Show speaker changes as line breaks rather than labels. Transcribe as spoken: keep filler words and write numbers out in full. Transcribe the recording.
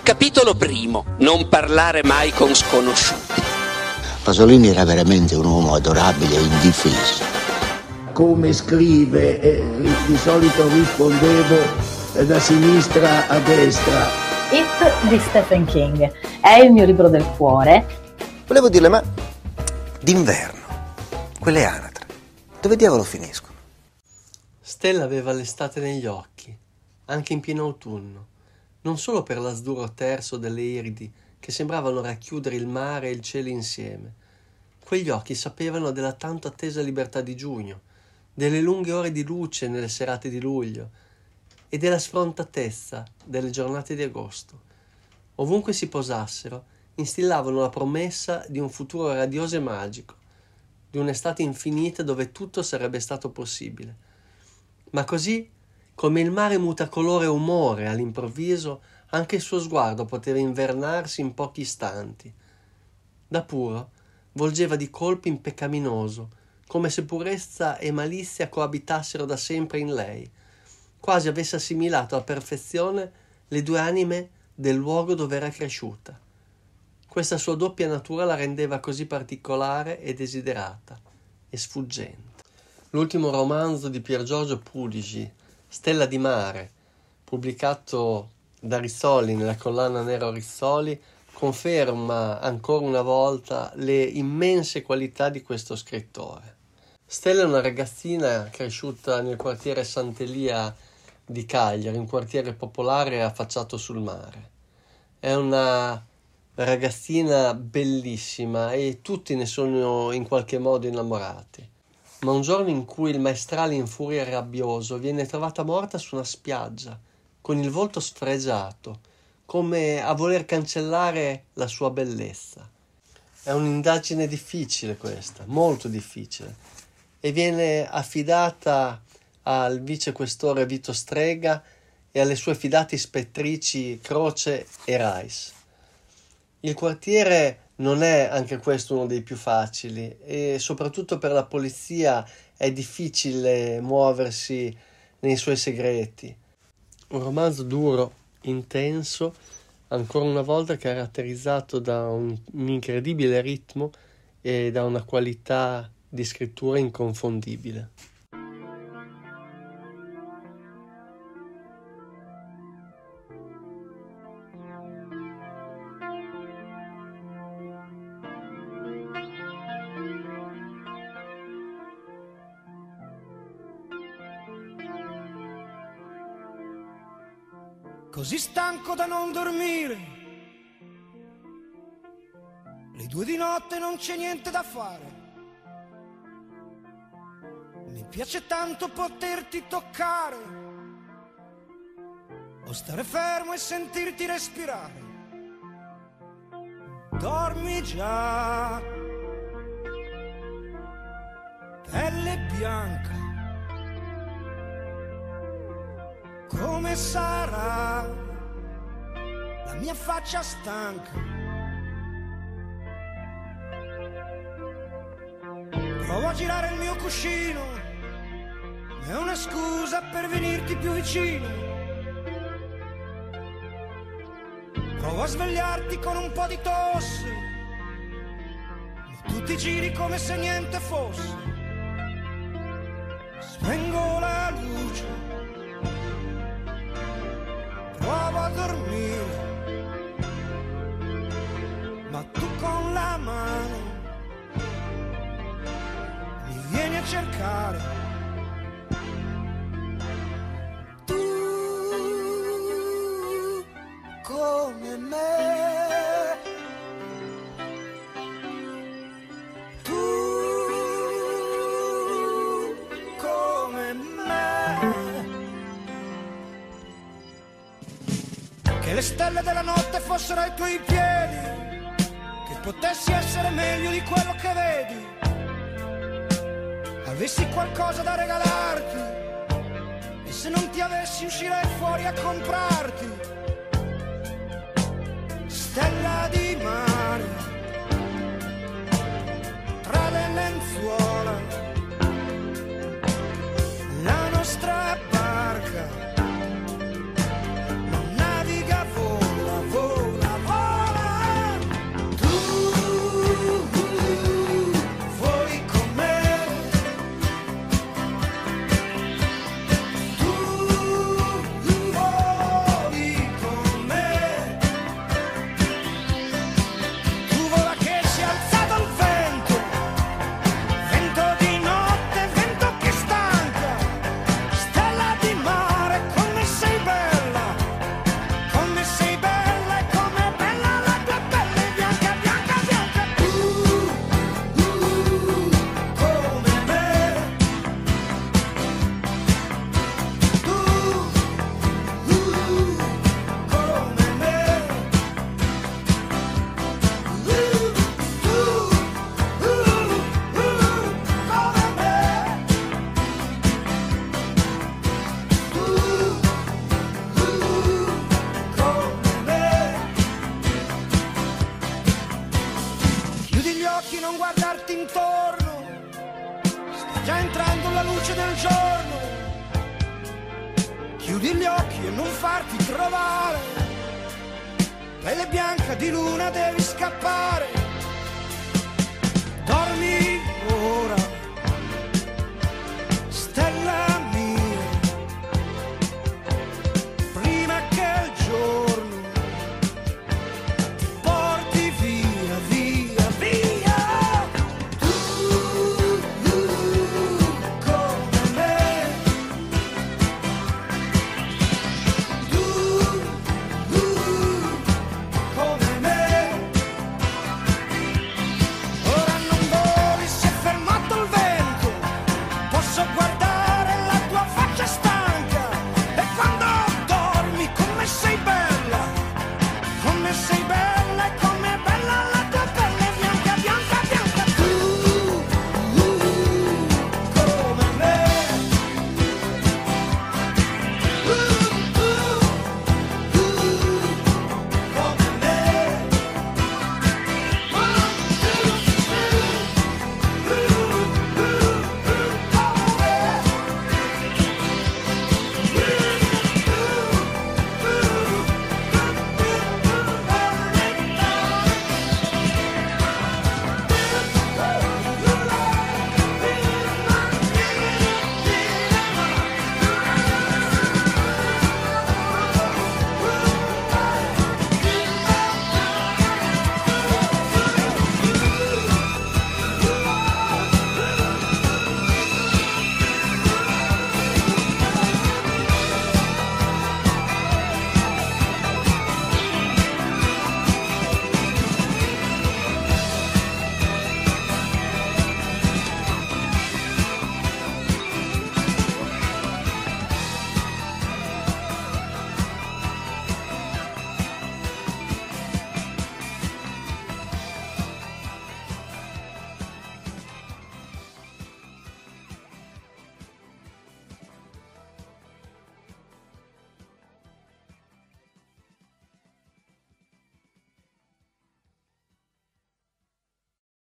Capitolo primo. Non parlare mai con sconosciuti.
Pasolini era veramente un uomo adorabile e indifeso.
Come scrive, eh, di solito rispondevo eh, da sinistra a destra.
It di Stephen King è il mio libro del cuore.
Volevo dirle, ma d'inverno, quelle anatre, dove diavolo finiscono?
Stella aveva l'estate negli occhi, anche in pieno autunno, non solo per l'azzurro terso delle iridi che sembravano racchiudere il mare e il cielo insieme. Quegli occhi sapevano della tanto attesa libertà di giugno, delle lunghe ore di luce nelle serate di luglio e della sfrontatezza delle giornate di agosto. Ovunque si posassero, instillavano la promessa di un futuro radioso e magico, di un'estate infinita dove tutto sarebbe stato possibile. Ma così, come il mare muta colore e umore all'improvviso, anche il suo sguardo poteva invernarsi in pochi istanti. Da puro volgeva di colpo in peccaminoso, come se purezza e malizia coabitassero da sempre in lei, quasi avesse assimilato a perfezione le due anime del luogo dove era cresciuta. Questa sua doppia natura la rendeva così particolare e desiderata e sfuggente. L'ultimo romanzo di Pier Giorgio Puglisi, Stella di mare, pubblicato da Rizzoli nella collana Nero Rizzoli, conferma ancora una volta le immense qualità di questo scrittore. Stella è una ragazzina cresciuta nel quartiere Sant'Elia di Cagliari, un quartiere popolare affacciato sul mare. È una ragazzina bellissima e tutti ne sono in qualche modo innamorati. Ma un giorno in cui il maestrale in furia rabbioso viene trovata morta su una spiaggia, con il volto sfregiato, come a voler cancellare la sua bellezza. È un'indagine difficile questa, molto difficile, e viene affidata al vicequestore Vito Strega e alle sue fidate ispettrici Croce e Rice. Il quartiere non è anche questo uno dei più facili e soprattutto per la polizia è difficile muoversi nei suoi segreti. Un romanzo duro, intenso, ancora una volta caratterizzato da un, un incredibile ritmo e da una qualità di scrittura inconfondibile.
Così stanco da non dormire, le due di notte non c'è niente da fare. Mi piace tanto poterti toccare, o stare fermo e sentirti respirare. Dormi già, pelle bianca, come sarà la mia faccia stanca? Provo a girare il mio cuscino, è una scusa per venirti più vicino. Provo a svegliarti con un po' di tosse, ma tu ti giri come se niente fosse. Spengo la luce, provo a dormire, ma tu con la mano mi vieni a cercare. Tu come me, tu come me. Che le stelle della notte fossero ai tuoi piedi, che potessi essere meglio di quello che vedi, avessi qualcosa da regalarti e se non ti avessi uscirei fuori a comprarti. Stella di mare, tra le lenzuola, la nostra barca non naviga, vola, vola. guardarti intorno, sta già entrando la luce del giorno. Chiudi gli occhi e non farti trovare, pelle bianca di luna devi scappare.